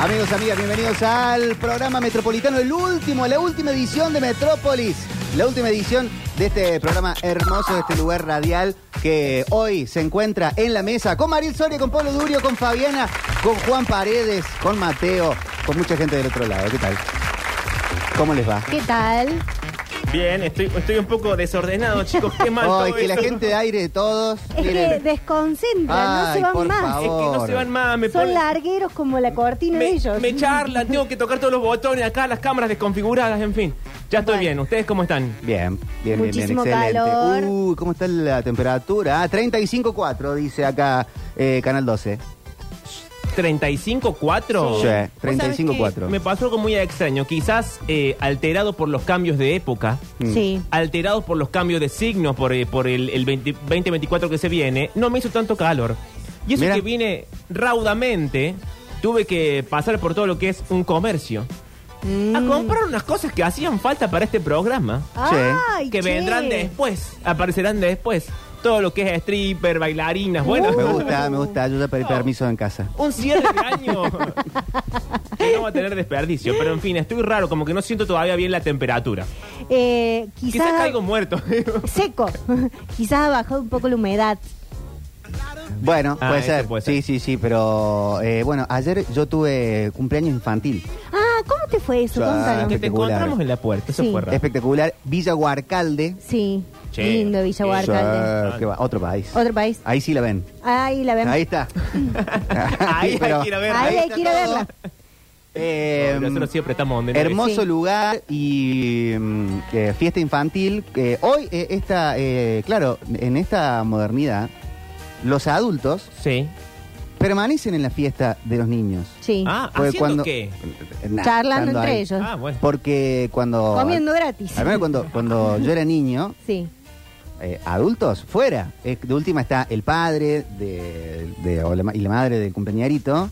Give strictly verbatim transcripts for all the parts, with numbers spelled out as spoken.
Amigos, amigas, bienvenidos al programa metropolitano, el último, la última edición de Metrópolis. La última edición de este programa hermoso, de este lugar radial que hoy se encuentra en la mesa con Mariel Soria, con Pablo Durio, con Fabiana, con Juan Paredes, con Mateo, con mucha gente del otro lado. ¿Qué tal? ¿Cómo les va? ¿Qué tal? Bien, estoy, estoy un poco desordenado, chicos. Qué mal todo Ay, que la esto. gente de aire de todos. Es miren. que desconcentran, no Ay, se van por más. favor. Es que no se van más. Me Son ponen- largueros como la cortina de me, ellos. me charlan, tengo que tocar todos los botones acá, las cámaras desconfiguradas, en fin. Ya estoy Bueno. bien. ¿Ustedes cómo están? Bien, bien, bien, bien, Muchísimo excelente. calor. Uh, ¿cómo está la temperatura? Ah, treinta y cinco punto cuatro, dice acá eh, Canal doce. ¿treinta y cinco cuatro? Sí, treinta y cinco punto cuatro. Me pasó algo muy extraño. Quizás eh, alterado por los cambios de época. Sí. Alterados por los cambios de signos, por, eh, por el, el veinte veinticuatro que se viene, no me hizo tanto calor. Y eso Mira. que vine raudamente, tuve que pasar por todo lo que es un comercio. Mm. A comprar unas cosas que hacían falta para este programa. Ay, Que che. vendrán después, aparecerán después. Todo lo que es stripper, bailarinas, bueno. Me gusta, me gusta. Yo ya pedí permiso en casa. Un cierre de año que no va a tener desperdicio. Pero en fin, estoy raro, como que no siento todavía bien la temperatura. Eh, Quizás quizás caigo muerto. seco. Quizás ha bajado un poco la humedad. Bueno, Ah, puede eso ser. puede Sí, ser. sí, sí, pero eh, bueno, ayer yo tuve cumpleaños infantil. Ah, ¿cómo te fue eso? Ya. Contanos. Que te Espectacular. encontramos en la puerta, eso Sí. fue raro. Espectacular. Villa Huarcalde. Sí, Che. lindo Villa Huarcalde. Ya, qué va, otro país. Otro país. Ahí sí la ven. Ahí la vemos. Ahí está. Ahí hay Pero- que ir a verla. Ahí hay está que ir a todo. verla. Eh, Nosotros siempre estamos donde no hermoso Sí. lugar y mm, eh, fiesta infantil. Que hoy, eh, esta, eh, claro, en esta modernidad, los adultos es. Sí. permanecen en la fiesta de los niños. Sí. Ah, Porque ¿haciendo qué? Nah, Charlando estando entre ahí. ellos. Ah, bueno. Porque cuando... Comiendo gratis. Al menos cuando, cuando yo era niño, Sí. eh, adultos, fuera. Eh, de última está el padre de, de- o la ma- y la madre del cumpleañerito,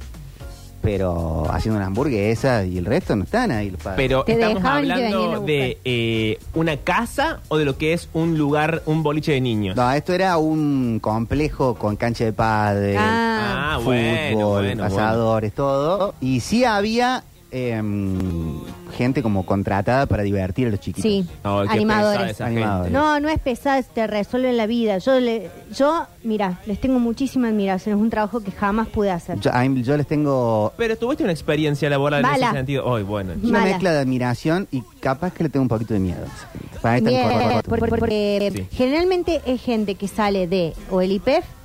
pero haciendo una hamburguesa y el resto no están ahí los padres. Pero Te estamos dejaban que hablando venían a de buscar. eh, una casa o de lo que es un lugar, un boliche de niños. No, esto era un complejo con cancha de pádel, Ah. Ah, fútbol, bueno, bueno, asadores, todo. Y sí había em, gente como contratada para divertir a los chiquitos. Sí. Ay, qué pesada Animadores. esa Animadores. gente. No, no es pesado, te resuelven la vida. Yo, le, yo, mira, les tengo muchísima admiración. Es un trabajo que jamás pude hacer. Yo, a mí- yo les tengo Pero tuviste una experiencia laboral en Mala. ese sentido. Ay, bueno. una Mala. mezcla de admiración y capaz que le tengo un poquito de miedo. Para mí están Bien, cor- cor- cor- por- por- porque Sí. generalmente es gente que sale de o el I P E F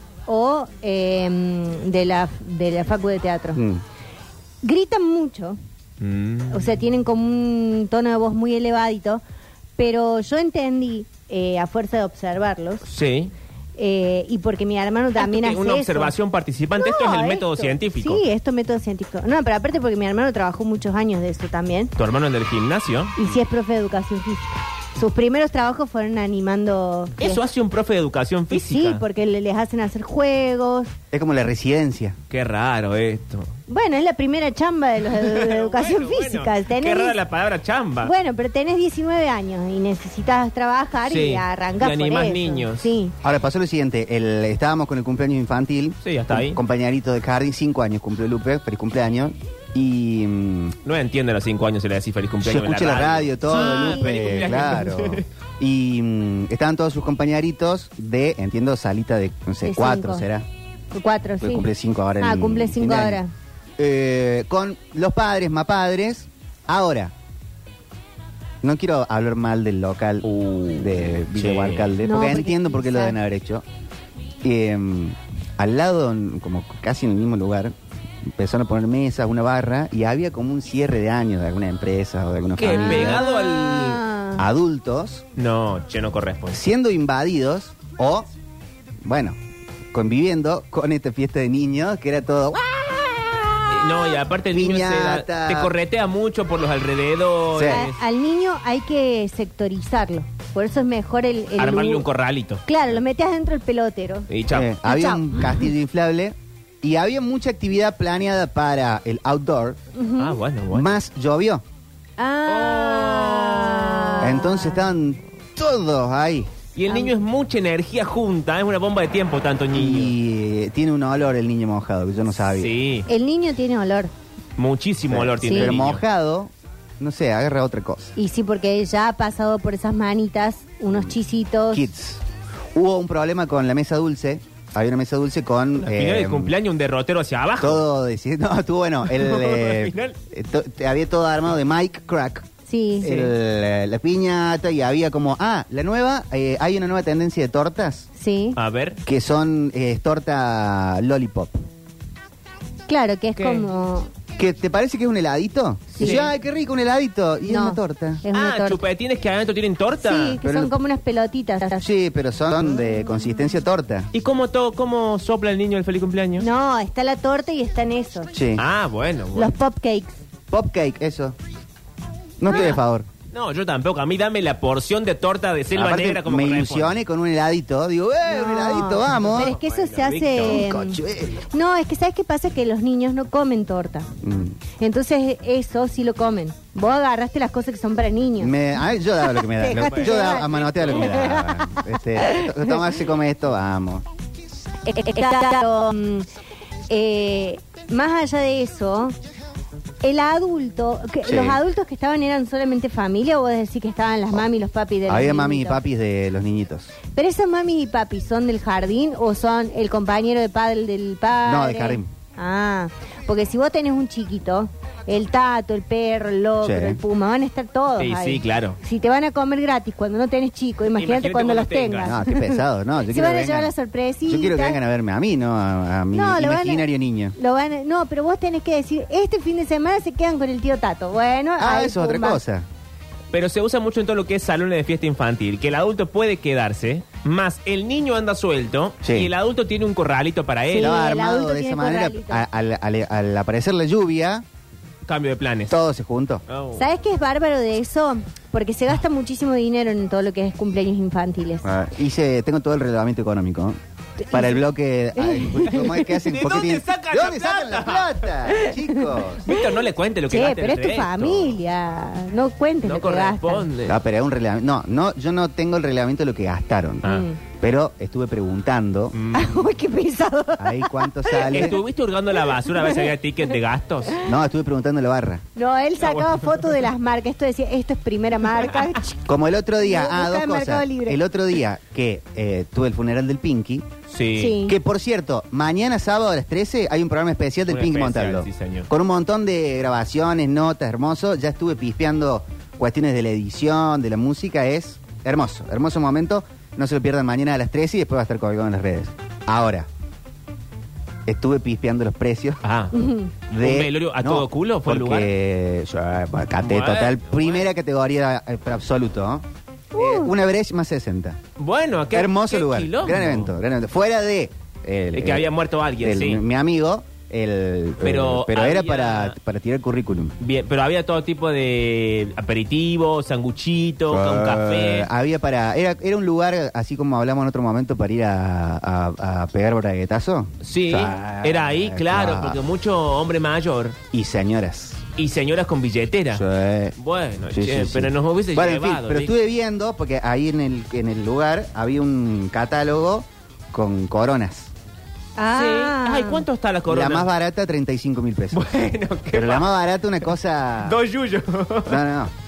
o eh, de la de la Facu de Teatro. Mm. Gritan mucho, Mm. o sea, tienen como un tono de voz muy elevadito, pero yo entendí, eh, a fuerza de observarlos, Sí. eh, y porque mi hermano también Esto que hace una eso. observación participante. esto No, es el método esto- científico. Sí, esto es método científico. No, pero aparte porque mi hermano trabajó muchos años de eso también. Tu hermano el del gimnasio. Y sí es profe de educación física. Sus primeros trabajos fueron animando... Eso hace un profe de educación Y física. Sí, porque le- les hacen hacer juegos. Es como la residencia. Qué raro esto. Bueno, es la primera chamba de los de, de educación Bueno, física. bueno. Tenés- Qué rara la palabra chamba. Bueno, pero tenés diecinueve años y necesitas trabajar Sí, y arrancás y por animás eso. niños. Sí. Ahora pasó lo siguiente, el, estábamos con el cumpleaños infantil. Sí, hasta un ahí. Compañerito de jardín, cinco años cumplió Lupe, feliz cumpleaños. Y mm, No entiende a los cinco años si le decís feliz yo cumpleaños. en escuché la radio, todo, Ah, Lupe, feliz cumpleaños. claro. Y mm, estaban todos sus compañeritos de, entiendo, salita de, no sé, De cuatro cinco. será. Cuatro, Porque sí. cumple cinco ahora. Ah, en- cumple fin cinco de año. ahora. Eh, con los padres, más padres. Ahora, no quiero hablar mal del local Uh, de Villa sí. Huarcalde, No, porque porque entiendo por qué lo quizás- deben haber hecho. Eh, al lado, como casi en el mismo lugar, empezaron a poner mesas, una barra, y había como un cierre de años de alguna empresa o de alguna ¿Qué? familia. Pegado al- Ah. Adultos No, che, no corresponde. siendo invadidos o, bueno, conviviendo con esta fiesta de niños que era todo... No, y aparte el niño se da- Piñata. te corretea mucho por los alrededores. Sí. A- al niño hay que sectorizarlo. Por eso es mejor el... el Armarle lu- un corralito. Claro, lo metes dentro del pelotero. Y chao. Eh, había Chao. un castillo inflable y había mucha actividad planeada para el outdoor, Ah, bueno, bueno. más llovió. Ah. Entonces estaban todos ahí. Y el niño es mucha energía junta, es una bomba de tiempo tanto niño. Y eh, tiene un olor el niño mojado que yo no sabía. Sí. El niño tiene olor. Muchísimo Sí. olor tiene Sí. el Pero niño. mojado, no sé, agarra otra cosa. Y sí, porque ya ha pasado por esas manitas unos chisitos. Kids. Hubo un problema con la mesa dulce. Había una mesa dulce con... Al final eh, del cumpleaños un derrotero hacia abajo. Todo decir, no, estuvo bueno. El, No, eh, al final. eh, to- te- había todo armado de Mike Crack. Sí. El, eh, la piñata y había como, ah, la nueva, eh, hay una nueva tendencia de tortas Sí. A ver. que son eh, torta lollipop. Claro, que es ¿Qué? como... ¿Que te parece que es un heladito? Sí. Y yo, ay, qué rico, un heladito. Y es No, una torta. Es una Ah, torta. chupetines que adentro tienen torta. Sí, que Pero- son como unas pelotitas. Sí, pero son de consistencia torta. ¿Y cómo, to cómo sopla el niño el feliz cumpleaños? No, está la torta y está en eso. Sí. Ah, bueno. bueno. Los pop cakes. Pop cake, eso. No estoy Ah. de favor. No, yo tampoco. A mí dame la porción de torta de selva Aparte, negra como me corresponde. ilusioné con un heladito. Digo, eh, un No. heladito, vamos. Pero es que eso Bueno, se hace... Un cochuelo. No, es que ¿sabes qué pasa? Que los niños no comen torta. Mm. Entonces eso sí lo comen. Vos agarraste las cosas que son para niños. Me, a ver, yo daba lo que me da. Te dejaste Yo llevar. daba, a manotear lo que me daba. Este, to- toma, se come esto, vamos. Eh, eh, Claro, mm, eh, más allá de eso, el adulto, que Sí. los adultos que estaban eran solamente familia, o vos decís que estaban las mami y los papis de los Había mami y niñitos? papis de los niñitos. Pero esas mami y papis son del jardín o son el compañero de padre del padre. No, del jardín. Ah, porque si vos tenés un chiquito, el tato, el perro, el locro, Sí. el puma, van a estar todos Sí, ahí. sí, claro. Si te van a comer gratis cuando no tenés chico, imagínate, Imagínate cuando, cuando los tengas. tengas. No, qué pesado, no. Yo Se quiero van a que llevar vengan- la sorpresita. Yo quiero que vengan a verme a mí, no a, a mi No, lo van a- imaginario niño. Lo van a- no, pero vos tenés que decir, este fin de semana se quedan con el tío Tato. Bueno, Ah, ahí, eso es otra pumba. cosa. Pero se usa mucho en todo lo que es salones de fiesta infantil, que el adulto puede quedarse, más el niño anda suelto Sí. y el adulto tiene un corralito para Sí. él. Estaba el armado adulto de esa tiene manera. corralito. a- Al, al- al aparecer la lluvia, Cambio de planes. todo se juntó. Oh. ¿Sabes qué es bárbaro de eso? Porque se gasta muchísimo dinero en todo lo que es cumpleaños infantiles. Ah, hice, tengo todo el reglamento económico. Para el bloque. ay, ¿cómo es que hacen? ¿De ¿Por qué dónde tienen- sacan ¿De la dónde sacan la plata? plata, chicos? Víctor, no le cuente lo que Che, gasta pero el es tu resto. familia. No cuentes No lo que gastan. corresponde. Ah, pero es un reglamento. No, no, yo no tengo el reglamento de lo que gastaron. Ah. Pero estuve preguntando Mm. Uy, qué pesado. ahí cuánto sale. ¿Estuviste hurgando la basura a ver si había tickets de gastos? No, estuve preguntando en la barra. No, él sacaba Ah, bueno. fotos de las marcas. Esto decía, esto es primera marca. Como el otro día, Busca ah, dos en Mercado cosas. Libre. El otro día que eh, tuve el funeral del Pinky, Sí. Sí. que por cierto, mañana sábado a las trece hay un programa especial del Un Pinky especial, Montalvo. sí, señor. Con un montón de grabaciones, notas, hermoso. Ya estuve pispeando cuestiones de la edición, de la música. Es hermoso, hermoso momento. No se lo pierdan mañana a las trece y después va a estar colgado en las redes. Ahora, estuve pispeando los precios. Ah. De, ¿Un velorio a todo culo fue el lugar? porque yo, eh, caté Bueno, total, bueno. primera categoría eh, para absoluto. ¿no? Eh, una brecha más sesenta. Bueno, qué Hermoso qué lugar, quilombo. gran evento, gran evento. Fuera de el, Es que había muerto alguien, el- sí. mi amigo, el, Pero eh, pero era había- para, para tirar currículum. Bien, pero había todo tipo de aperitivos, sanguchitos, con Eh, café. Había para era era un lugar así como hablamos en otro momento para ir a, a, a pegar braguetazo. Sí, Ah, era ahí, claro, porque mucho hombre mayor y señoras. y señoras con billetera. Sí. Bueno, Sí, che, sí, sí. pero nos hubiese Bueno, en fin, llevado. pero Vic. estuve viendo, porque ahí en el, en el lugar había un catálogo con coronas. Ah. Sí. Ay, ¿cuánto está la corona? La más barata, treinta y cinco mil pesos. Bueno, qué Pero la va- más barata, una cosa... Dos yuyos. No, no, no.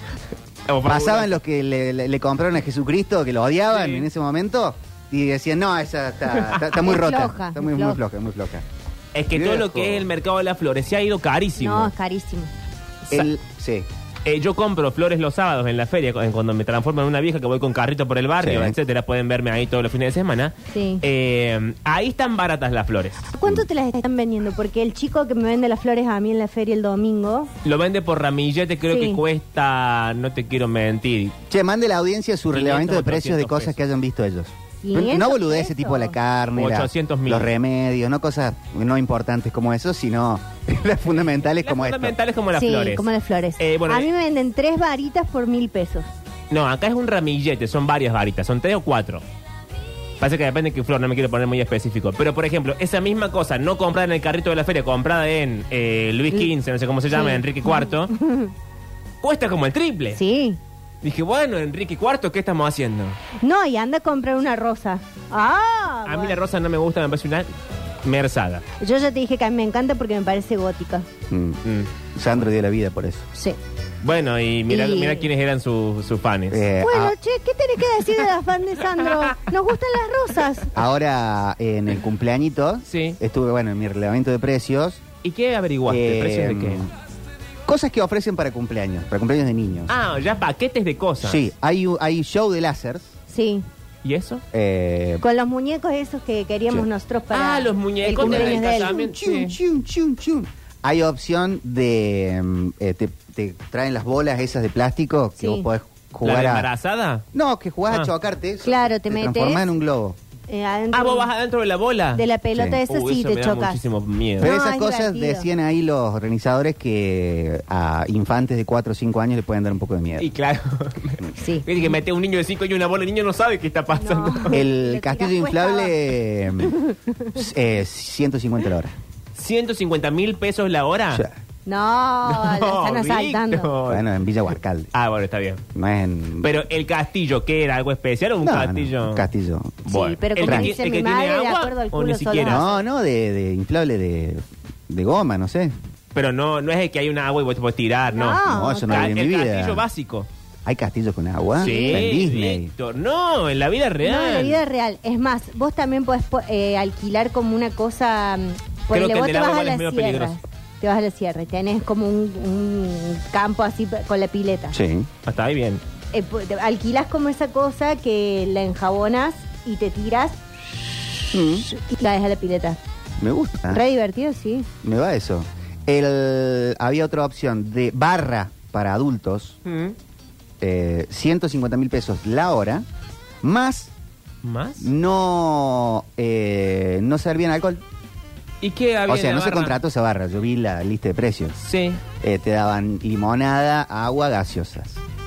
O Pasaban los que le, le- le compraron a Jesucristo, que lo odiaban Sí. en ese momento, y decían, no, esa está, está, está muy Es rota. floja, está muy, es muy floja. floja, muy floja. Es que todo lo Viejo. que es el mercado de las flores se ha ido carísimo. No, es carísimo. El, sí. Eh, yo compro flores los sábados en la feria, cu- cuando me transformo en una vieja que voy con carrito por el barrio, Sí. etcétera. Pueden verme ahí todos los fines de semana. Sí. Eh, ahí están baratas las flores. ¿Cuánto te las están vendiendo? Porque el chico que me vende las flores a mí en la feria el domingo, Lo vende por ramillete, creo Sí. que cuesta, no te quiero mentir. Che, mande la audiencia su quinientos, relevamiento de precios de ochocientos cosas que pesos. hayan visto ellos. ¿quinientos No boludece pesos? tipo la carne, la- ochocientos mil. los remedios, no cosas no importantes como eso, sino las fundamentales Las como esto. fundamentales como las sí, flores. como las flores. Eh, bueno, a eh, mí me venden tres varitas por mil pesos. No, acá es un ramillete, son varias varitas, son tres o cuatro. Pasa que depende de qué flor, no me quiero poner muy específico. Pero, por ejemplo, esa misma cosa, no comprada en el carrito de la feria, comprada en eh, Luis quince, no sé cómo se llama, Sí. Enrique cuarto, cuesta como el triple. Sí. Dije, bueno, Enrique cuarto, ¿qué estamos haciendo? No, y anda a comprar una rosa. Ah, A mí bueno. la rosa no me gusta, me parece una Merzada. Yo ya te dije que a mí me encanta porque me parece gótica. Mm. Mm. Sandro dio la vida por eso. Sí. Bueno, y mira, Y- mira quiénes eran sus sus fans. Eh, Bueno, a- che, ¿qué tenés que decir de las fans de Sandro? Nos gustan las rosas. ahora, en el cumpleañito, Sí. estuve, bueno, en mi relevamiento de precios. ¿Y qué averiguaste? eh, ¿Precios de qué? Cosas que ofrecen para cumpleaños, para cumpleaños de niños. Ah, ya paquetes de cosas. Sí, hay, un- hay show de láseres. Sí. ¿Y eso? Eh, Con los muñecos esos que queríamos Sí. nosotros para Ah, los muñecos el de la cumpleaños de él. casamiento. chun, Sí. chun, chun, chun. Hay opción de... mm, eh, te, te traen las bolas esas de plástico que Sí. vos podés ¿La jugar de a... embarazada? No, que jugás Ah. a chocarte. Eso, Claro, te metes. transformás en un globo. Eh, adentro Ah, vos vas adentro de la bola. de la pelota Sí. esa Uh, sí eso te me da chocas. muchísimo miedo. Pero No, esas es cosas divertido. decían ahí los organizadores que a infantes de cuatro o cinco años le pueden dar un poco de miedo. Y claro. Sí. Viste que mete un niño de cinco años una bola, el niño no sabe qué está pasando. No. El Lo castillo tirás cuesta inflable, eh, ciento cincuenta la hora. ciento cincuenta mil pesos la hora. O sea, No, la están asaltando. Víctor. bueno, en Villa Huarcalde. Ah, bueno, está bien. No es en... Pero el castillo, ¿qué era? ¿Algo especial o un No, castillo? no, un castillo. Sí, pero ¿El como que- dice el mi que tiene madre, de agua acuerdo al o culo ni solo siquiera? No, no, de, de inflable de, de goma, no sé. Pero no, no es el que hay una agua y vos te puedes tirar, no. No. No, eso no Ca- lo vi en el mi castillo vida. básico. ¿Hay castillos con agua? Sí, En Disney. Víctor. No, en la vida real. No, en la vida real. Es más, vos también podés po- eh, alquilar como una cosa. mm, Creo ponele, que el vos del te vas agua a igual la es medio sierra. peligroso. Te vas a la sierra y tenés como un, un campo así p- con la pileta. Sí. Hasta ahí bien. Eh, pu- te- alquilás como esa cosa que la enjabonas y te tiras Mm, y caes a la pileta. me gusta. Re divertido, sí. Me va eso. El, había otra opción de barra para adultos, Mm. eh, ciento cincuenta mil pesos la hora, más ¿Más? no, eh, no servían alcohol. ¿Y qué había O sea, en no la se barra? contrató esa barra, yo vi la lista de precios. Sí. Eh, te daban limonada, agua, gaseosas.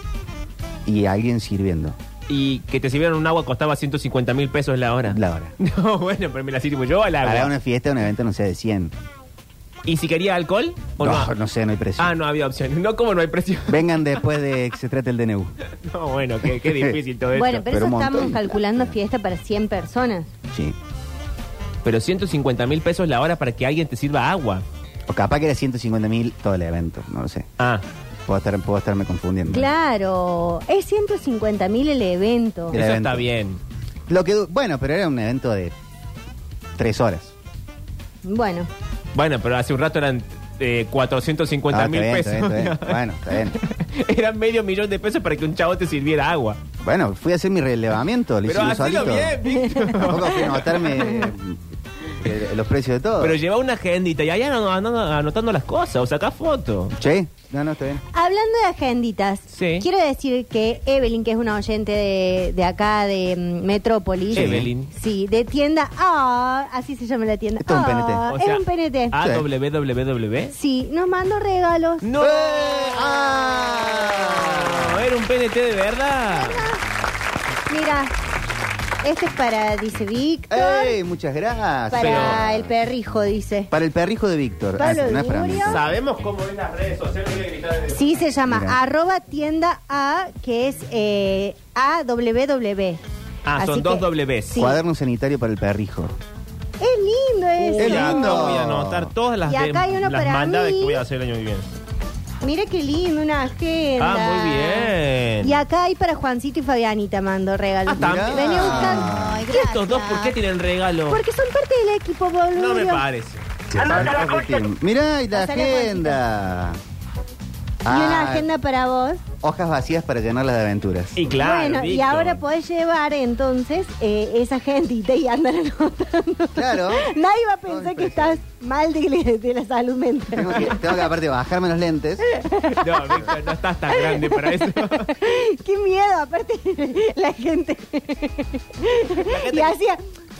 Y alguien sirviendo Y que te sirvieran un agua costaba ciento cincuenta mil pesos la hora. la hora. No, bueno, pero me la sirvo yo al agua. Para una fiesta, un evento, no sé, de cien. ¿Y si quería alcohol o no? No, no sé, no hay precio. Ah, no había opción. No, ¿cómo no hay precio? Vengan después de que se trate el D N U. No, bueno, qué, qué difícil todo esto. Bueno, pero, pero eso un estamos montón. calculando fiesta para cien personas. Sí. Pero ciento cincuenta mil pesos la hora para que alguien te sirva agua. O capaz que era ciento cincuenta mil todo el evento, no lo sé. Ah, Puedo, estar, puedo estarme confundiendo. Claro, es ciento cincuenta mil el evento. El eso evento. está bien. Lo que, du- bueno, pero era un evento de tres horas. Bueno, Bueno, pero hace un rato eran eh, cuatrocientos cincuenta Ah, mil está bien, pesos. está bien, está bien. Bueno, está bien. Eran medio millón de pesos para que un chavo te sirviera agua. Bueno, fui a hacer mi relevamiento, lo hice Pero yo hacelo solito. bien, Víctor. Tampoco fui a anotarme eh, los precios de todo. Pero lleva una agendita y allá anotando, anotando las cosas o sacá fotos. ¿Sí? No, no, está bien. hablando de agenditas, Sí. quiero decir que Evelyn, que es una oyente de, de acá de mm, Metrópolis. Evelyn. Sí, de tienda. Ah, así se llama la tienda. Esto es un P N T. Ah, O es sea, un P N T. A W W W. Sí, nos mandó regalos. ¡No! ¡Eh! ¡Ah! Era un P N T de verdad. Mira, este es para, dice Víctor. ¡Ey! Muchas gracias. Para pero- el perrijo, dice. Para el perrijo de Víctor. Pablo no es para mí. Durio. Sabemos cómo es las redes sociales. Voy a gritar de- Sí, se llama Mira. arroba tienda A, que es eh, A W W. Ah, son Así dos que- Ws. Sí. Cuaderno sanitario para el perrijo. Es lindo eso. ¡Qué Uy, acá lindo! voy a anotar todas las, Y acá de- hay uno las para maldades mí. que voy a hacer el año que viene. Mira qué lindo, una agenda. Ah, muy bien. Y acá hay para Juancito y Fabianita, mando regalos. Ah, también. Vení a buscar. Ay, ¿Y estos dos por qué tienen regalo? Porque son parte del equipo, boludo. No me parece. Mirá, y la Pasale a agenda. Y una Ah, agenda para vos. Hojas vacías para llenarlas de aventuras. Y claro, bueno, y Víctor. ahora podés llevar entonces eh, esa agendita y andar anotando. Claro. Nadie va a pensar Ay, que estás mal de, de la salud mental. Tengo que, tengo que aparte bajarme los lentes. No, Víctor, no estás tan grande para eso. Qué miedo, aparte la gente. Y hacía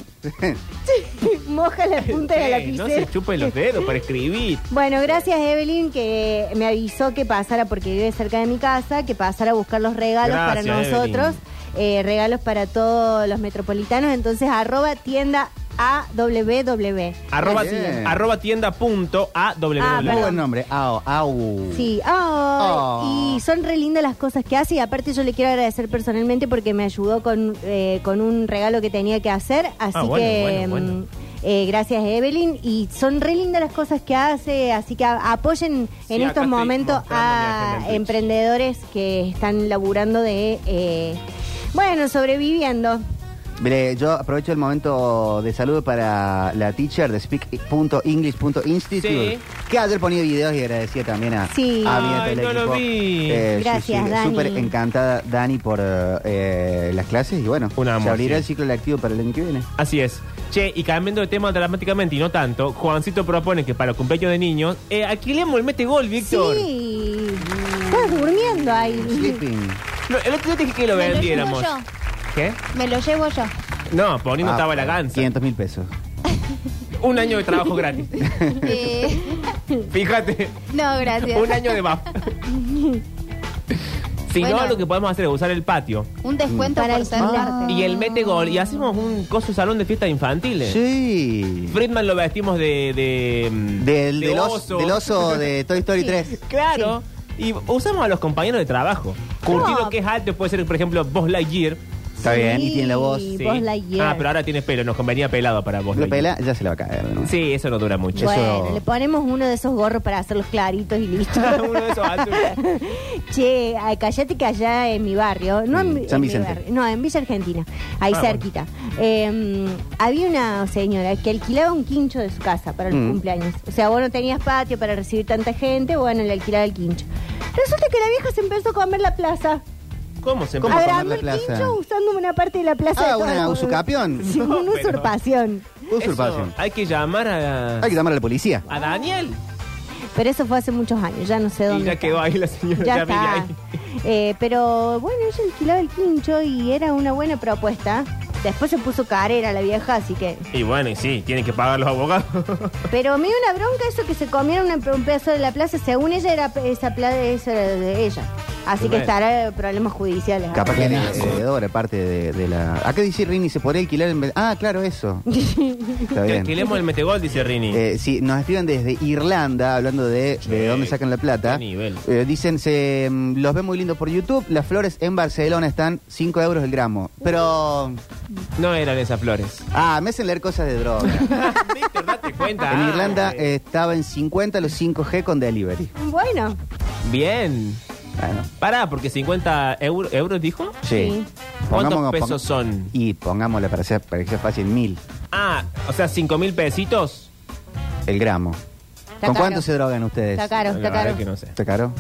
moja la punta de la Sí, no lapicera. se chupen los dedos para escribir. Bueno, gracias Evelyn que me avisó que pasara, porque vive cerca de mi casa, que pasara a buscar los regalos Gracias, para nosotros, eh, regalos para todos los metropolitanos. Entonces, arroba tienda A W W. Arroba, Bien. arroba tienda punto A W Ah, Muy W. buen nombre. Au, au. Sí, ah, Oh. y son re lindas las cosas que hace, y aparte yo le quiero agradecer personalmente porque me ayudó con, eh, con un regalo que tenía que hacer, así Ah, bueno, que bueno, bueno. mm, Eh, gracias, Evelyn. Y son re lindas las cosas que hace, así que a- apoyen Sí, en acá estos estoy momentos mostrando mi agenda a en Twitch. emprendedores que están laburando de, eh, bueno, sobreviviendo. Mire, yo aprovecho el momento de saludo para la teacher de speak punto english punto institute, Sí. que ayer ponía videos y agradecía también a, Sí. a Mieta Ay, del no lo equipo. vi. Eh, sí, Gracias, sí, Dani. Súper encantada, Dani, por eh, las clases y bueno, Un amor, se abrirá sí. el ciclo lectivo para el año que viene. Así es. Che, y cambiando de tema dramáticamente y no tanto, Juancito propone que para el cumpleaños de niños eh, alquilemos el mete gol, Víctor. Sí. Estás durmiendo ahí. Sleeping. No, el otro día te dije que lo Me lo vendiéramos. llevo yo. ¿Qué? Me lo llevo yo. No, poniendo Ah, estaba la ganza. quinientos mil pesos. Un año de trabajo gratis. Eh, Fíjate. no, gracias. Un año de B A F. Si no, Bueno. lo que podemos hacer es usar el patio Un descuento Para por alquilar. sentarte. y el mete gol y hacemos un coso salón de fiestas infantiles. Sí. Friedman lo vestimos de. de mm, Del, de del, oso. del oso de Toy Story Sí. tres. Claro. Y usamos a los compañeros de trabajo. Curtino, No. que es alto, puede ser, por ejemplo, Buzz Lightyear. Está bien, y tiene la voz. Sí, Sí. Buzz Lightyear. Ah, pero ahora tienes pelo, nos convenía pelado para vos. Lo pela, ya se le va a caer, ¿no? Sí, eso no dura mucho. Bueno, eso- le ponemos uno de esos gorros para hacerlos claritos y listo. Uno de esos azules. Che, ay, callate que allá en mi barrio, no en, Mm, mi- San en mi Vicente. barrio, no, en Villa Argentina, ahí Ah, cerquita. Eh, había una señora que alquilaba un quincho de su casa para los Mm. cumpleaños. O sea, vos no tenías patio para recibir tanta gente, bueno, le alquilaba el quincho. Resulta que la vieja se empezó a comer la plaza. ¿Cómo se ¿Cómo empezó? comer Agrandó la el plaza? quincho usando una parte de la plaza. Ah, de todo una el- usucapión. Sí, No, una pero- usurpación. Usurpación. Eso, hay que llamar a. Hay que llamar a la policía. a Daniel. Pero eso fue hace muchos años, ya no sé dónde Y ya está. quedó ahí la señora. Ya ya vive está. ahí. Eh, pero bueno, ella alquilaba el quincho y era una buena propuesta. Después se puso carera la vieja, así que... Y bueno, y sí, tienen que pagar los abogados. Pero me dio una bronca eso que se comieron una- un pedazo de la plaza. Según ella, era esa plaza esa era de ella. Así Y que bueno. estará en problemas judiciales. Capaz que ahora. es heredora, parte de, de la... Acá dice Rini, ¿se podría alquilar en vez- Ah, claro, eso. Está Que bien. alquilemos el metegol, dice Rini. Eh, sí, nos escriben desde Irlanda, hablando de, Sí. de dónde sacan la plata. Qué nivel. Eh, dicen, se mm, los ven muy lindos por YouTube. Las flores en Barcelona están cinco euros el gramo. Pero... No eran esas flores. Ah, me hacen leer cosas de droga. Víctor, date cuenta. En Ah, Irlanda sí. eh, estaba en cincuenta los cinco G con delivery. Bueno, Bien. Bueno, Pará, porque cincuenta euro- euros dijo. sí. Sí. ¿Cuántos Pongamos- pesos pong- son? Y pongámosle para, ser, para que sea fácil, mil Ah, o sea, cinco mil pesitos. el gramo. Está ¿Con caro. cuánto se drogan ustedes? está caro, La está verdad caro. que no sé. ¿Está caro?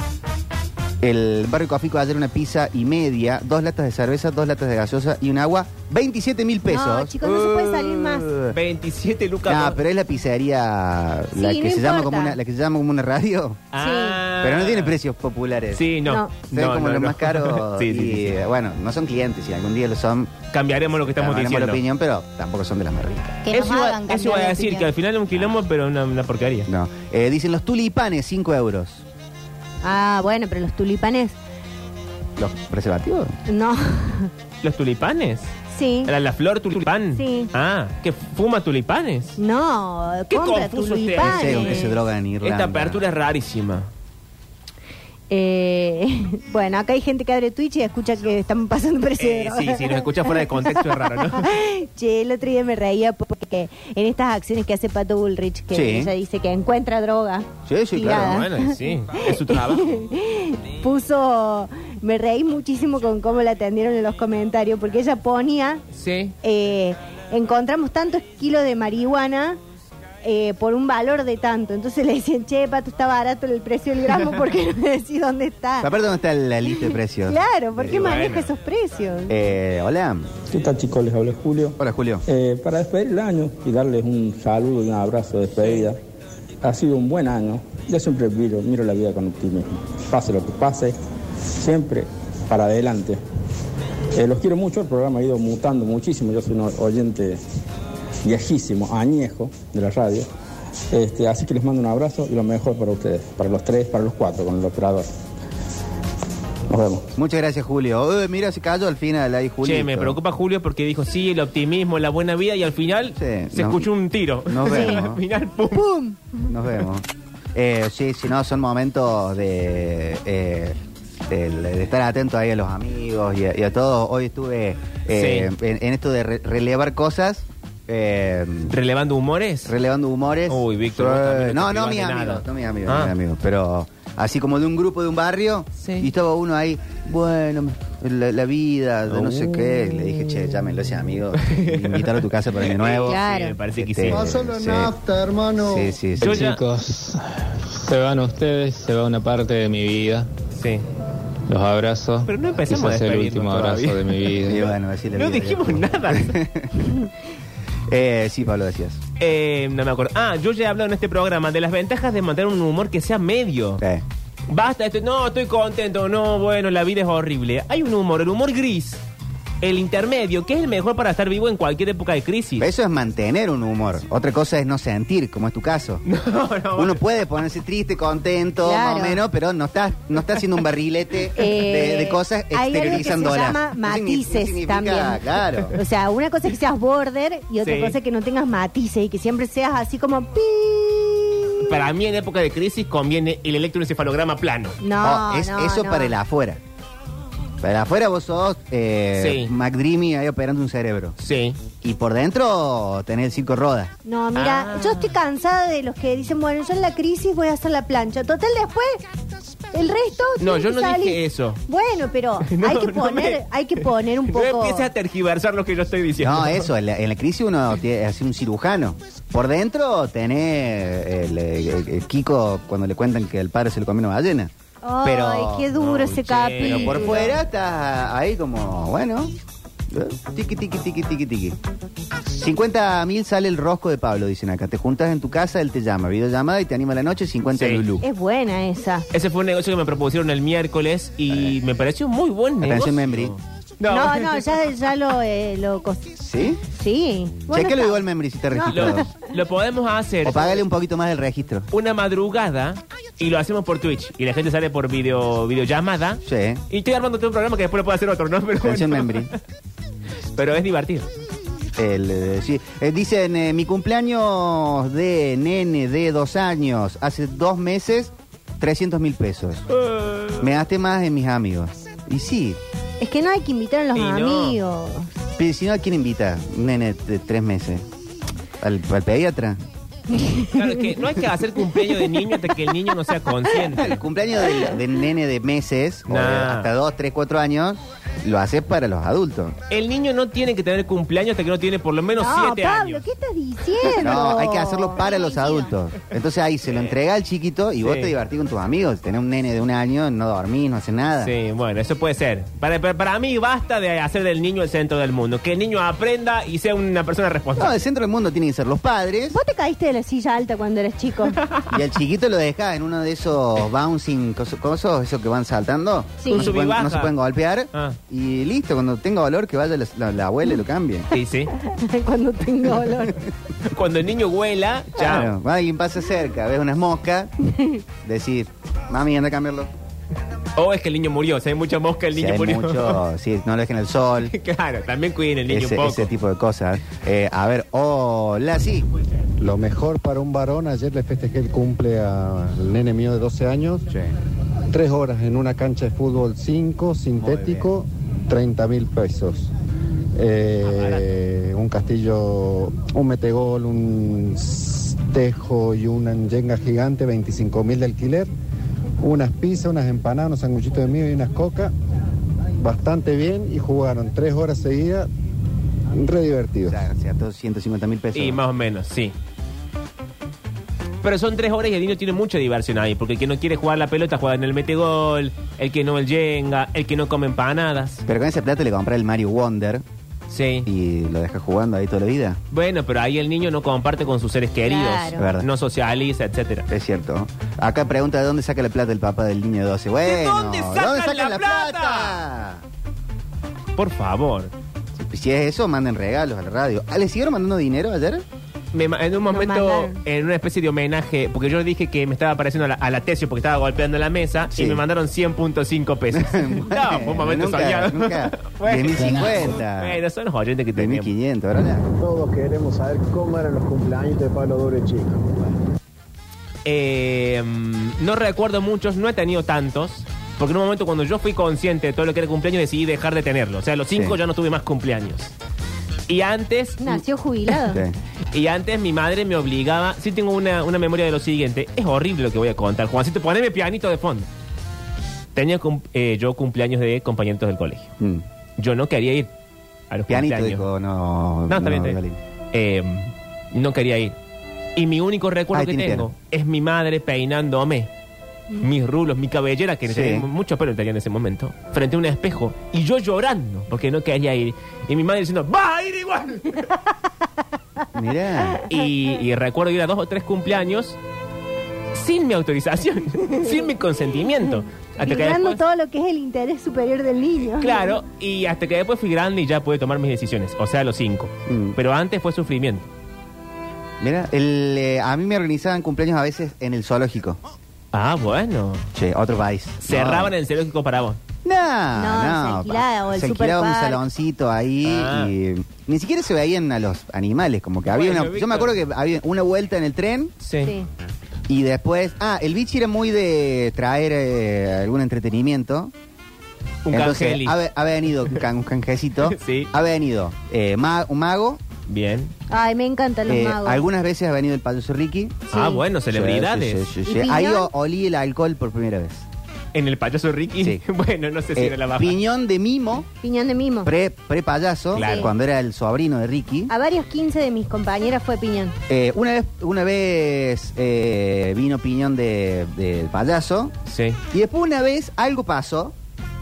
El barrio Cofico ayer una pizza y media, dos latas de cerveza, dos latas de gaseosa y un agua, veintisiete mil pesos. No, chicos, no se puede salir más. Uh. veintisiete lucas. No, por- pero es la pizzería la Sí, que no se llama importa. como una, la que se llama como una radio, Ah. pero no tiene precios populares. Sí, no. No. Son como no, los no. más caros Sí, sí, y sí, sí. bueno, no son clientes, si algún día lo son, Cambiaremos lo que estamos cambiaremos la diciendo. opinión, pero tampoco son de las más ricas. Que nos Eso iba, hagan eso cambiar iba a de decir, opinión. que al final es un quilombo, pero una, una porquería. No. Eh, dicen los tulipanes, cinco euros. Ah, bueno, pero los tulipanes, ¿Los preservativos? no. ¿Los tulipanes? Sí. ¿Era la flor tulipán? Sí. Ah, ¿que fuma tulipanes? No, Qué compra confuso usted. No sé con qué tulipanes. se drogan en Irlanda. Esta apertura es rarísima. Eh, bueno, acá hay gente que abre Twitch y escucha que estamos pasando precio de Eh, droga. sí, si nos escucha fuera de contexto es raro, ¿no? Che, el otro día me reía porque en estas acciones que hace Pato Bullrich, que Sí. ella dice que encuentra droga. Sí, sí, tirada, claro. Bueno, sí, es su trabajo. Puso, me reí muchísimo con cómo la atendieron en los comentarios, porque ella ponía, Sí. eh, encontramos tantos kilos de marihuana eh, por un valor de tanto. Entonces le decían, che, Pato, está barato el precio del gramo, porque no me decís dónde está. Aparte, ¿dónde está la lista de precios? Claro, ¿por qué Eh, maneja bueno. esos precios? Eh, hola. ¿Qué tal, chicos? Les habla Julio. Hola, Julio. Eh, para despedir el año y darles un saludo y un abrazo de despedida. Ha sido un buen año. Yo siempre miro, miro la vida con optimismo. Pase lo que pase, siempre para adelante. Eh, los quiero mucho, el programa ha ido mutando muchísimo. Yo soy un oyente viejísimo, añejo de la radio. Este, así que les mando un abrazo y lo mejor para ustedes, para los tres, para los cuatro, con el operador. Nos vemos. Muchas gracias, Julio. Uy, mira, se cayó al final ahí, Julio. Che, me preocupa Julio porque dijo sí, el optimismo, la buena vida y al final Sí, se no. escuchó un tiro. Nos Sí. vemos. Al final, pum. ¡Pum! Nos vemos. Eh, sí, si no, son momentos de, eh, de, de estar atento ahí a los amigos y a, y a todo. Hoy estuve eh, Sí. en, en esto de re- relevar cosas Eh, ¿Relevando humores? relevando humores. Uy, Víctor, vos también no te no, no, privás mis de amigos, nada. no mis amigos, Ah. mis amigos. Pero así como de un grupo de un barrio, Sí. y estaba uno ahí, bueno, la, la vida, de no sé Uh. qué. Le dije, che, llámenlo a ese amigo, invitarlo a tu casa para año nuevo. Claro. Sí, me parece que Este, sí. Pásalo en sí. nafta, hermano. Sí, sí, sí. Yo ya- Chicos, se van ustedes, se va una parte de mi vida. Sí. Los abrazo. Pero no empecemos a Quizás el despedirnos último abrazo todavía. de mi vida. Y bueno, así la No vida, dijimos ya. nada. Eh, sí, Pablo, decías. Eh, no me acuerdo. Ah, yo ya he hablado en este programa de las ventajas de mantener un humor que sea medio. Eh. Basta, esto, no, estoy contento, no, bueno, la vida es horrible. Hay un humor, el humor gris, el intermedio, que es el mejor para estar vivo en cualquier época de crisis. Eso es mantener un humor. Otra cosa es no sentir, como es tu caso. No, no, Uno puede ponerse triste, contento, Claro. más o menos, pero no está, no está haciendo un barrilete Eh, de, de cosas hay algo que se exteriorizándolas. llama No signi- no matices significa, también. Claro. O sea, una cosa es que seas border y otra Sí. cosa es que no tengas matices y que siempre seas así como pi. Para mí en época de crisis conviene el electroencefalograma plano. No, Oh, es no, eso no. para el afuera. Para el afuera vos sos eh, Sí. McDreamy ahí operando un cerebro. Sí. Y por dentro tenés el circo Roda. No, mira, Ah. yo estoy cansada de los que dicen, bueno, yo en la crisis voy a hacer la plancha. Total, después, el resto... No, tiene yo que no salir. dije eso. Bueno, pero No, hay que no poner, me- hay que poner un No poco... empieces a tergiversar lo que yo estoy diciendo. No, eso, en la, en la crisis uno tiene, es un cirujano. Por dentro tenés el, el- el Kiko cuando le cuentan que el padre se le comió una ballena. Ay, pero, qué duro no, ese che, capítulo. pero por fuera estás ahí como, bueno, eh, tiqui, tiqui, tiqui, tiqui, tiqui. cincuenta mil sale el rosco de Pablo, dicen acá. Te juntas en tu casa, él te llama, videollamada y te anima la noche, cincuenta Sí. lulú. Es buena esa. Ese fue un negocio que me propusieron el miércoles y me pareció muy buen negocio. Atención, Membri. No, no, ya, ya lo... Eh, lo cos- ¿Sí? sí. Bueno, Chequelo está. igual, Membri, si te No. registrado. Lo, lo podemos hacer O págale un poquito más del registro. una madrugada y lo hacemos por Twitch. Y la gente sale por video videollamada. Sí. Y estoy armando todo un programa que después lo puedo hacer otro, ¿no? Pero, Atención, bueno. Membri. Pero es divertido. El, eh, sí. Eh, dicen, eh, mi cumpleaños de nene de dos años, hace dos meses, trescientos mil pesos. Me gasté más en mis amigos. Y sí, Es que no hay que invitar a los Y no. amigos. pero si no, ¿a quién invita? Un nene de tres meses. ¿Al, al pediatra? Claro, es que no hay que hacer cumpleaños de niño hasta que el niño no sea consciente. El cumpleaños del, del nene de meses, o de Nah. hasta dos, tres, cuatro años, lo haces para los adultos. El niño no tiene que tener cumpleaños hasta que no tiene por lo menos No, siete Pablo, años. ¿qué estás diciendo? No, hay que hacerlo para los adultos. Entonces ahí se lo entrega al chiquito y vos Sí. te divertís con tus amigos. Tenés un nene de un año, no dormís, no haces nada. Sí, bueno, eso puede ser. Para, para, para mí basta de hacer del niño el centro del mundo. Que el niño aprenda y sea una persona No, responsable. el centro del mundo tiene que ser los padres. Vos te caíste de la silla alta cuando eres chico. Y al chiquito lo dejás en uno de esos bouncing cos- cosos, esos que van saltando. Sí. No, Un se pueden, subibaja. no se pueden golpear. Ah. Y listo, cuando tenga valor que vaya la, la- la abuela y lo cambie. Sí, sí. Cuando tengo olor. Cuando el niño huela, chao. Claro, alguien pasa cerca, ves unas moscas, decir, mami, anda a cambiarlo. O es que el niño murió. Si hay mucha mosca, el Si niño hay murió. mucho, si no lo dejen al sol. Claro, también cuiden el niño Ese, un poco. ese tipo de cosas. Eh, a ver, hola, sí. Lo mejor para un varón, ayer le festejé el cumple al nene mío de doce años. Tres horas en una cancha de fútbol cinco, sintético, treinta mil pesos. Eh, un castillo, un metegol, un tejo y una yenga gigante, veinticinco mil de alquiler. Unas pizzas, unas empanadas, unos sanguchitos de mío y unas coca. Bastante bien y jugaron tres horas seguidas, re divertidos. O sea, todos ciento cincuenta mil pesos. Y más o menos, sí. Pero son tres horas y el niño tiene mucha diversión ahí. Porque el que no quiere jugar la pelota juega en el metegol, el que no el yenga, el que no come empanadas. Pero con ese plata le compré el Mario Wonder Sí. y lo deja jugando ahí toda la vida. Bueno, pero ahí el niño no comparte con sus seres queridos. Claro. Es verdad. No socializa, etcétera. Es cierto. Acá pregunta de dónde saca la plata el papá del niño de doce. Bueno, dónde sacan la plata? Por favor. Si, si es eso, manden regalos a la radio. Ah, ¿le siguieron mandando dinero ayer? Me ma- en un Nos momento, mandaron. en una especie de homenaje, porque yo dije que me estaba pareciendo a la, a la Tesio porque estaba golpeando la mesa Sí. y me mandaron cien punto cinco pesos. no, fue un momento nunca, soñado. nunca. Bueno. diez mil cincuenta. Bueno, son los oyentes que diez mil tenemos. quinientos, ¿verdad? Todos queremos saber cómo eran los cumpleaños de Pablo Dure Chico. Eh, mm, no recuerdo muchos, no he tenido tantos. Porque en un momento cuando yo fui consciente de todo lo que era cumpleaños decidí dejar de tenerlo. O sea, a los cinco Sí. ya no tuve más cumpleaños. Y antes... Nació jubilado. Sí. Y antes mi madre me obligaba... Sí tengo una, una memoria de lo siguiente. Es horrible lo que voy a contar. Juancito, poneme pianito de fondo. Tenía cum- eh, yo cumpleaños de compañeros del colegio. Mm. Yo no quería ir a los Pianito cumpleaños. dijo, no. No, está bien, está Galín. bien. Eh, no quería ir. Y mi único recuerdo Ay, que te tengo entiendo. es mi madre peinándome mis rulos, mi cabellera, que Sí. tenía mucho pelo tenía en ese momento, frente a un espejo. Y yo llorando porque no quería ir. Y mi madre diciendo, ¡va a ir igual! Mirá. y, y recuerdo ir a dos o tres cumpleaños sin mi autorización, sin mi consentimiento. Hasta que Vibrando después, todo lo que es el interés superior del niño. claro, y hasta que después fui grande y ya pude tomar mis decisiones. O sea, a los cinco. Mm. Pero antes fue sufrimiento. Mira, el, eh, a mí me organizaban cumpleaños a veces en el zoológico. Ah, bueno. Che, otro país. Cerraban no. el zoológico para vos. No, No, no. se alquilaba, o el se alquilaba un superpark. saloncito ahí Ah. y ni siquiera se veían a los animales, como que había Bueno, una... Yo Víctor. me acuerdo que había una vuelta en el tren Sí. Sí. y después... Ah, el bichi era muy de traer eh, algún entretenimiento. Un Entonces, cangeli. ha, ha venido un, can- un canjecito. Sí. Ha venido eh, ma- un mago. Bien. Ay, me encantan los eh, magos. algunas veces ha venido el payaso Ricky. Ah, bueno, celebridades. Sí, sí, sí, ¿Y sí. Piñón? Ahí o- olí el alcohol por primera vez. ¿En el payaso Ricky? Sí. Bueno, no sé si Eh, era la baja. Piñón de mimo, Piñón de mimo. pre, pre-payaso, Claro. cuando era el sobrino de Ricky. A varios quince de mis compañeras fue Piñón. Eh, una vez, una vez eh, vino Piñón de- del payaso. Sí. Y después una vez algo pasó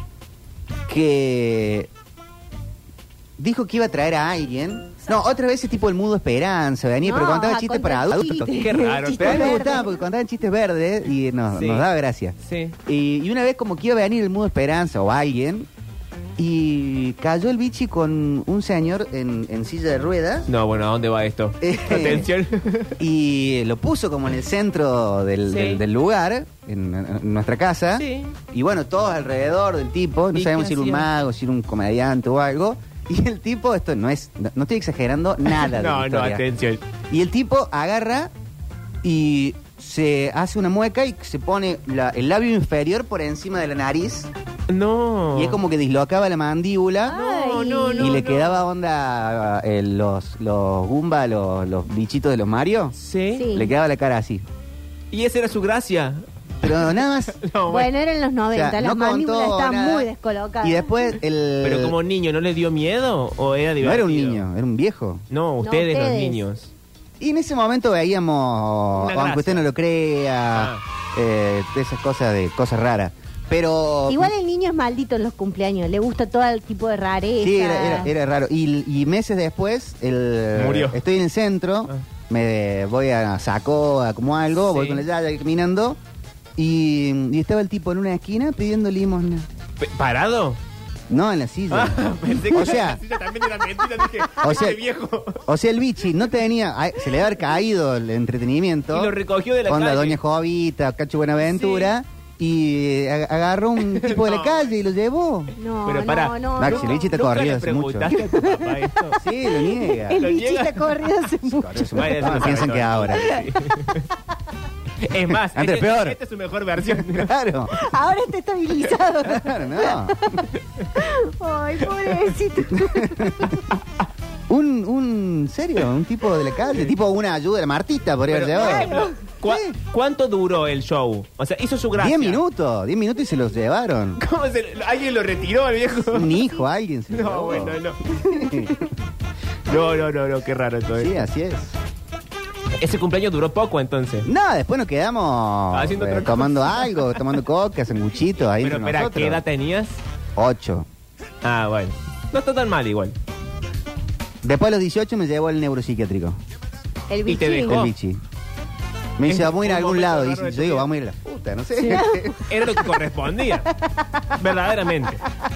que dijo que iba a traer a alguien. No, otra vez ese tipo el mudo Esperanza venía, pero No, contaba a chistes contar para adultos. chistes. Qué raro. Chistes Pero a mí me verdes. gustaba porque contaban chistes verdes y nos, Sí. nos daba gracia. Sí. Y, y una vez como que iba a venir el mudo Esperanza o alguien y cayó el bichi con un señor en, en silla de ruedas. No, bueno, ¿a dónde va esto? Eh. Atención. Y lo puso como en el centro del, Sí. del- del lugar, en, en nuestra casa. Sí. Y bueno, todos alrededor del tipo, no ¿Y sabemos qué si era un hacía? mago, si era un comediante o algo. Y el tipo, esto no es, no, no estoy exagerando nada. de la No, no, historia. atención. Y el tipo agarra y se hace una mueca y se pone la- el labio inferior por encima de la nariz. No. Y es como que dislocaba la mandíbula. No, no, no. y le no. quedaba onda eh, los, los Goomba, los, los bichitos de los Mario. ¿Sí? Sí. Le quedaba la cara así. Y esa era su gracia. Pero nada más. No, Bueno, eran los noventa, O sea, las no contó mandíbulas estaban nada. muy descolocadas. Y después el. Pero como niño, ¿no le dio miedo o era No divertido? era un niño, era un viejo. No, ustedes, los ustedes. niños. Y en ese momento veíamos, Una aunque gracia. usted no lo crea, Ah. eh, de esas cosas de cosas raras. Pero. Igual el niño es maldito en los cumpleaños, le gusta todo el tipo de rareza. Sí, era, era, era raro. Y, y meses después, el, Murió. estoy en el centro, Ah. me voy a Saco, a como algo, voy Sí. con la yaya caminando. Y, y estaba el tipo en una esquina pidiendo limosna. Pe- ¿Parado? No, en la silla. Ah, pensé que O sea- la silla también era mentira. Dije, O este sea- viejo. O sea, el bichi no tenía. ay, se le había caído el entretenimiento. Y lo recogió de la Onda calle. Doña Jovita, Cacho Buenaventura. Y ag- agarró un tipo de la No. calle y lo llevó. No, Pero no, pará. no, Maxi, no. el bichi está ¿Nunca corrido le hace mucho. preguntaste a tu papá esto? Sí, lo niega. El ¿Lo bichito niega? ha corrido hace mucho. Corrió hace Bueno, mucho. eso No, lo piensan sabe que todo. ahora. Es más, Antes este- peor. esta es su mejor versión. Claro. Ahora está estabilizado. Claro, no. Ay, pobrecito. Un, un, ¿serio? Un tipo de la calle, tipo una ayuda de la Martita podría Pero, haber por llevado. ejemplo, ¿cu- ¿cuánto duró el show? O sea, hizo su gracia. Diez minutos, diez minutos y se los llevaron. ¿Cómo se, ¿Alguien lo retiró al viejo? Un hijo, alguien se lo No, llevó. bueno, no. No, no, no, no, qué raro todo Sí, eso. así es. Ese cumpleaños duró poco entonces. No, después nos quedamos Haciendo eh, otra cosa. tomando algo, tomando coca, sanguchitos ahí Pero entre espera, nosotros. ¿qué edad tenías? Ocho. Ah, bueno. No está tan mal igual. Después de los dieciocho me llevó al neuropsiquiátrico. El Y bichi. te dejó. El bichi. Me dice, Es vamos a ir a un algún momento lado. raro Dice, de yo tu digo, vida. vamos a ir a la puta, no sé. Era lo que correspondía. Verdaderamente.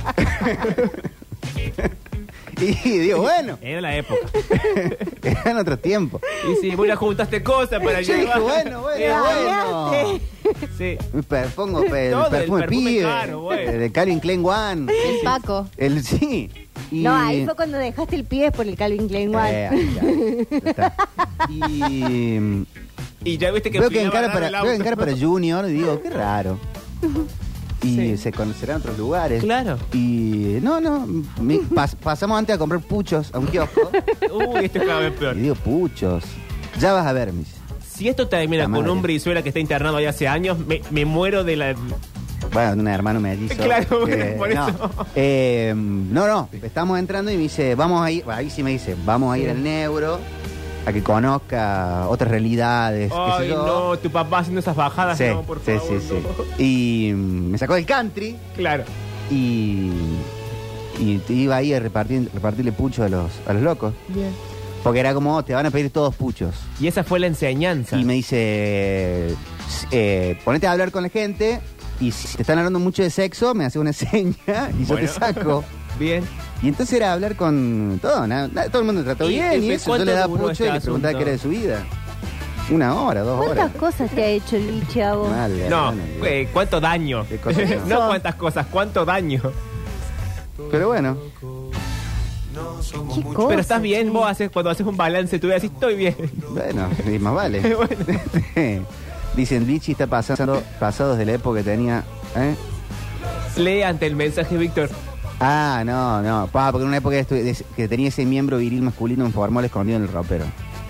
Y digo, bueno, Era la época. eran otros tiempos. Y sí, vos ya juntaste cosas para Yo dije, llevar. bueno, bueno, Era bueno. Sí. Me per- pongo pe- el Todo el perfume perfume pibe, caro, bueno. el de Calvin Klein One. El Paco. El sí. Y- No, ahí fue cuando dejaste el pie por el Calvin Klein One. Eh, ahí ya, ya está. Y Y ya viste que veo que enfilaba encara raro para, el veo que auto. encara para Junior y digo, qué raro. y Sí. se conocerán en otros lugares. Claro. Y no, no, mi- pas- pasamos antes a comprar puchos a un kiosco. Uy, esto es cada vez peor. Y digo, puchos. Ya vas a ver, mis. Si esto termina La con madre. un Brizuela que está internado ahí hace años, me, me muero de la... Bueno, un hermano mellizo. Claro, que- por no. eso. Eh, no, no, estamos entrando y me dice, vamos a ir, ahí sí me dice, vamos a ir al neuro, a que conozca otras realidades. qué sé Ay, yo. no, tu papá haciendo esas bajadas, Sí, no, por sí, favor. sí, sí. no. Y mm, me sacó del country Claro. y, y te iba ahí a repartir, repartirle pucho a los, a los locos. Bien. Porque era como, "Oh, te van a pedir todos puchos. Y esa fue la enseñanza. Y me dice, eh, ponete a hablar con la gente y si te están hablando mucho de sexo, me hace una seña y yo Bueno. te saco. Bien. Y entonces era hablar con todo, na- na- todo el mundo trató ¿Y- bien y y eso. Yo cuánto le daba duró pucho y este le preguntaba asunto? qué era de su vida. Una hora, dos horas. ¿Cuántas cosas te ha hecho el biche a vos? Mal, No, hermano, eh, ¿cuánto daño? Qué cosa que no. No cuántas cosas, cuánto daño. Pero bueno, ¿Qué cosa, Pero estás bien, che? vos haces, cuando haces un balance, tú decís, estoy bien. bueno, y más vale. Bueno. Dicen, Vichy está pasando, pasados de la época que tenía... ¿eh? Lee ante el mensaje, Víctor. Ah, no, no. Pa, porque en una época estu- de- que tenía ese miembro viril masculino en formal escondido en el ropero.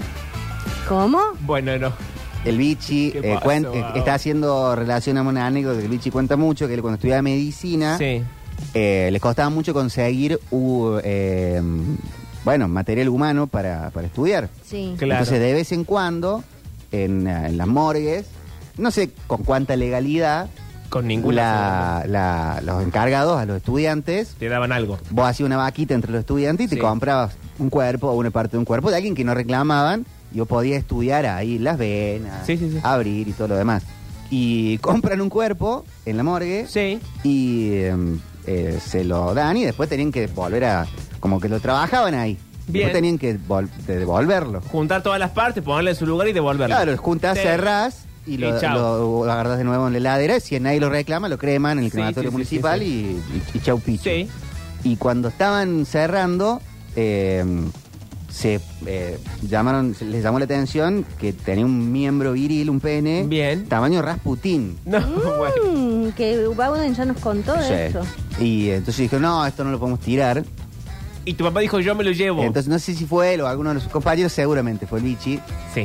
¿Cómo? Bueno, no. El Vichy ¿Qué eh, pasó, cuen- eh, ahora? está haciendo relación a una anécdota que el Vichy cuenta mucho, que él cuando estudiaba medicina, Sí. eh, les costaba mucho conseguir, uh, eh, bueno, material humano para, para estudiar. Sí. Claro. Entonces, de vez en cuando, en, eh, en las morgues, no sé con cuánta legalidad, Con ninguna. la, la- los encargados a los estudiantes, Te daban algo. vos hacías una vaquita entre los estudiantes y te Sí. comprabas un cuerpo o una parte de un cuerpo de alguien que no reclamaban y vos podías estudiar ahí las venas, Sí, sí, sí. abrir y todo lo demás. Y compran un cuerpo en la morgue Sí. y eh, eh, se lo dan y después tenían que volver a... como que lo trabajaban ahí. Bien. Después tenían que vol- de- devolverlo. Juntar todas las partes, ponerle en su lugar y devolverlo. Claro, juntás, Sí. cerrás y lo, Y chao. lo- lo agarrás de nuevo en la heladera. Si nadie lo reclama, lo creman en el Sí, crematorio sí, sí, municipal sí, Y, y, y chau picho. Sí. Y cuando estaban cerrando, eh, se eh, llamaron, se les llamó la atención que tenía un miembro viril, un pene, Bien. tamaño Rasputín. No, bueno. Mm, que Bauden ya nos contó de Sí. eso. Y entonces dijo, no, esto no lo podemos tirar. Y tu papá dijo, yo me lo llevo. Entonces no sé si fue él o alguno de sus compañeros, seguramente fue el Vichy. Sí.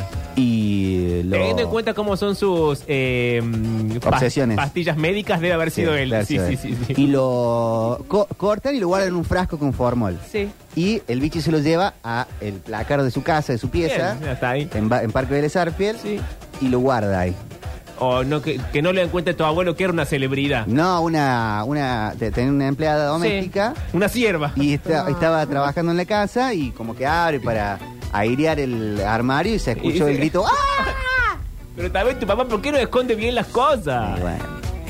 Y lo... Teniendo en cuenta cómo son sus eh, pas- Obsesiones. pastillas médicas, debe haber Sí, sido él. claro, Sí, sí, sí, sí, sí. Y lo co- cortan y lo guardan en un frasco con formol. Sí. Y el Vichy se lo lleva a el placar de su casa, de su pieza, Bien, ya está ahí. en, Ba- en Parque Vélez Arfiel, Sí. y lo guarda ahí. O no, que, que no le encuentre tu abuelo que era una celebridad. No, una, una, te- tenía una empleada doméstica Sí, una sierva. y esta- estaba trabajando en la casa y como que abre para airear el armario y se escuchó Y el se- grito ¡ah! Pero también tu papá, ¿por qué no esconde bien las cosas? Y bueno,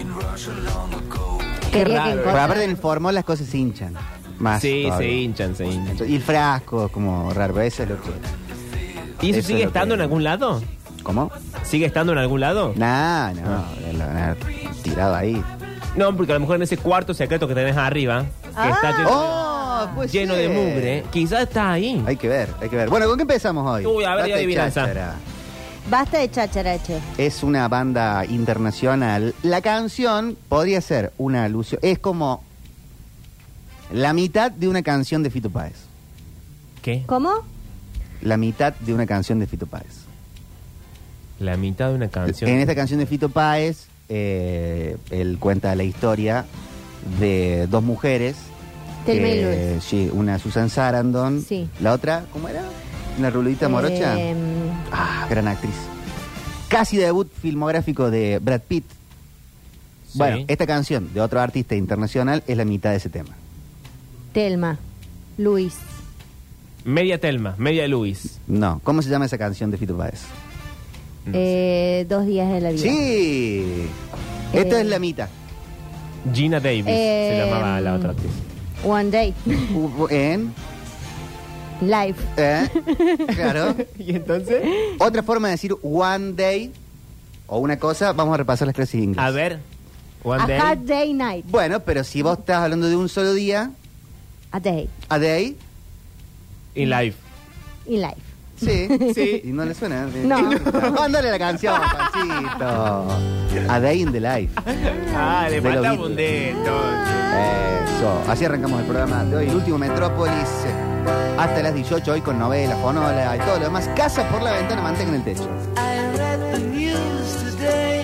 Qué Quería raro. que pero aparte en el formol las cosas se hinchan. Más Sí, se todavía. hinchan, se hinchan. Y el frasco, como raro, eso es lo que... ¿Y eso, Eso sigue es lo estando que- en algún lado? ¿Cómo? ¿Sigue estando en algún lado? Nah, no, lo van a haber tirado ahí. No, porque a lo mejor en ese cuarto secreto que tenés arriba, que Ah. está lleno, ¡Oh! Pues lleno de sí. mugre, quizás está ahí. Hay que ver, hay que ver. Bueno, ¿con qué empezamos hoy? Uy, a ver, Basta de adivinanza. cháchara. Basta de chacharache. Es una banda internacional. La canción podría ser una alusión. Es como la mitad de una canción de Fito Páez. ¿Qué? ¿Cómo? La mitad de una canción de Fito Páez. La mitad de una canción. En esta canción de Fito Páez, eh, él cuenta la historia de dos mujeres. Telma y que- Luis. Sí, una Susan Sarandon. Sí. La otra, ¿cómo era? Una rulita morocha. Eh, Ah, gran actriz. Casi debut filmográfico de Brad Pitt. Sí. Bueno, esta canción de otro artista internacional es la mitad de ese tema. Telma. Luis. Media Telma, media Luis. No, ¿cómo se llama esa canción de Fito Páez? No Eh, dos días de la vida. Sí. Esta Eh. es la mitad. Gina Davis Eh, se llamaba la otra actriz. One Day. U- En. Live. ¿eh? Claro. ¿Y entonces? Otra forma de decir one day o una cosa, vamos a repasar las clases de inglés. A ver. One A day. hard day night. Bueno, pero si vos estás hablando de un solo día, A day. a day, In life. In life. Sí, Sí. Y no le suena. No. Mándale la canción, Panchito. A Day in the Life. Ah, le De faltaba los un Beatles. dedo. Eso. Así arrancamos el programa de hoy, el último Metrópolis. Hasta las dieciocho, hoy con novela, fonola y todo lo demás. Casa por la ventana, mantenga en el techo. I read the news today.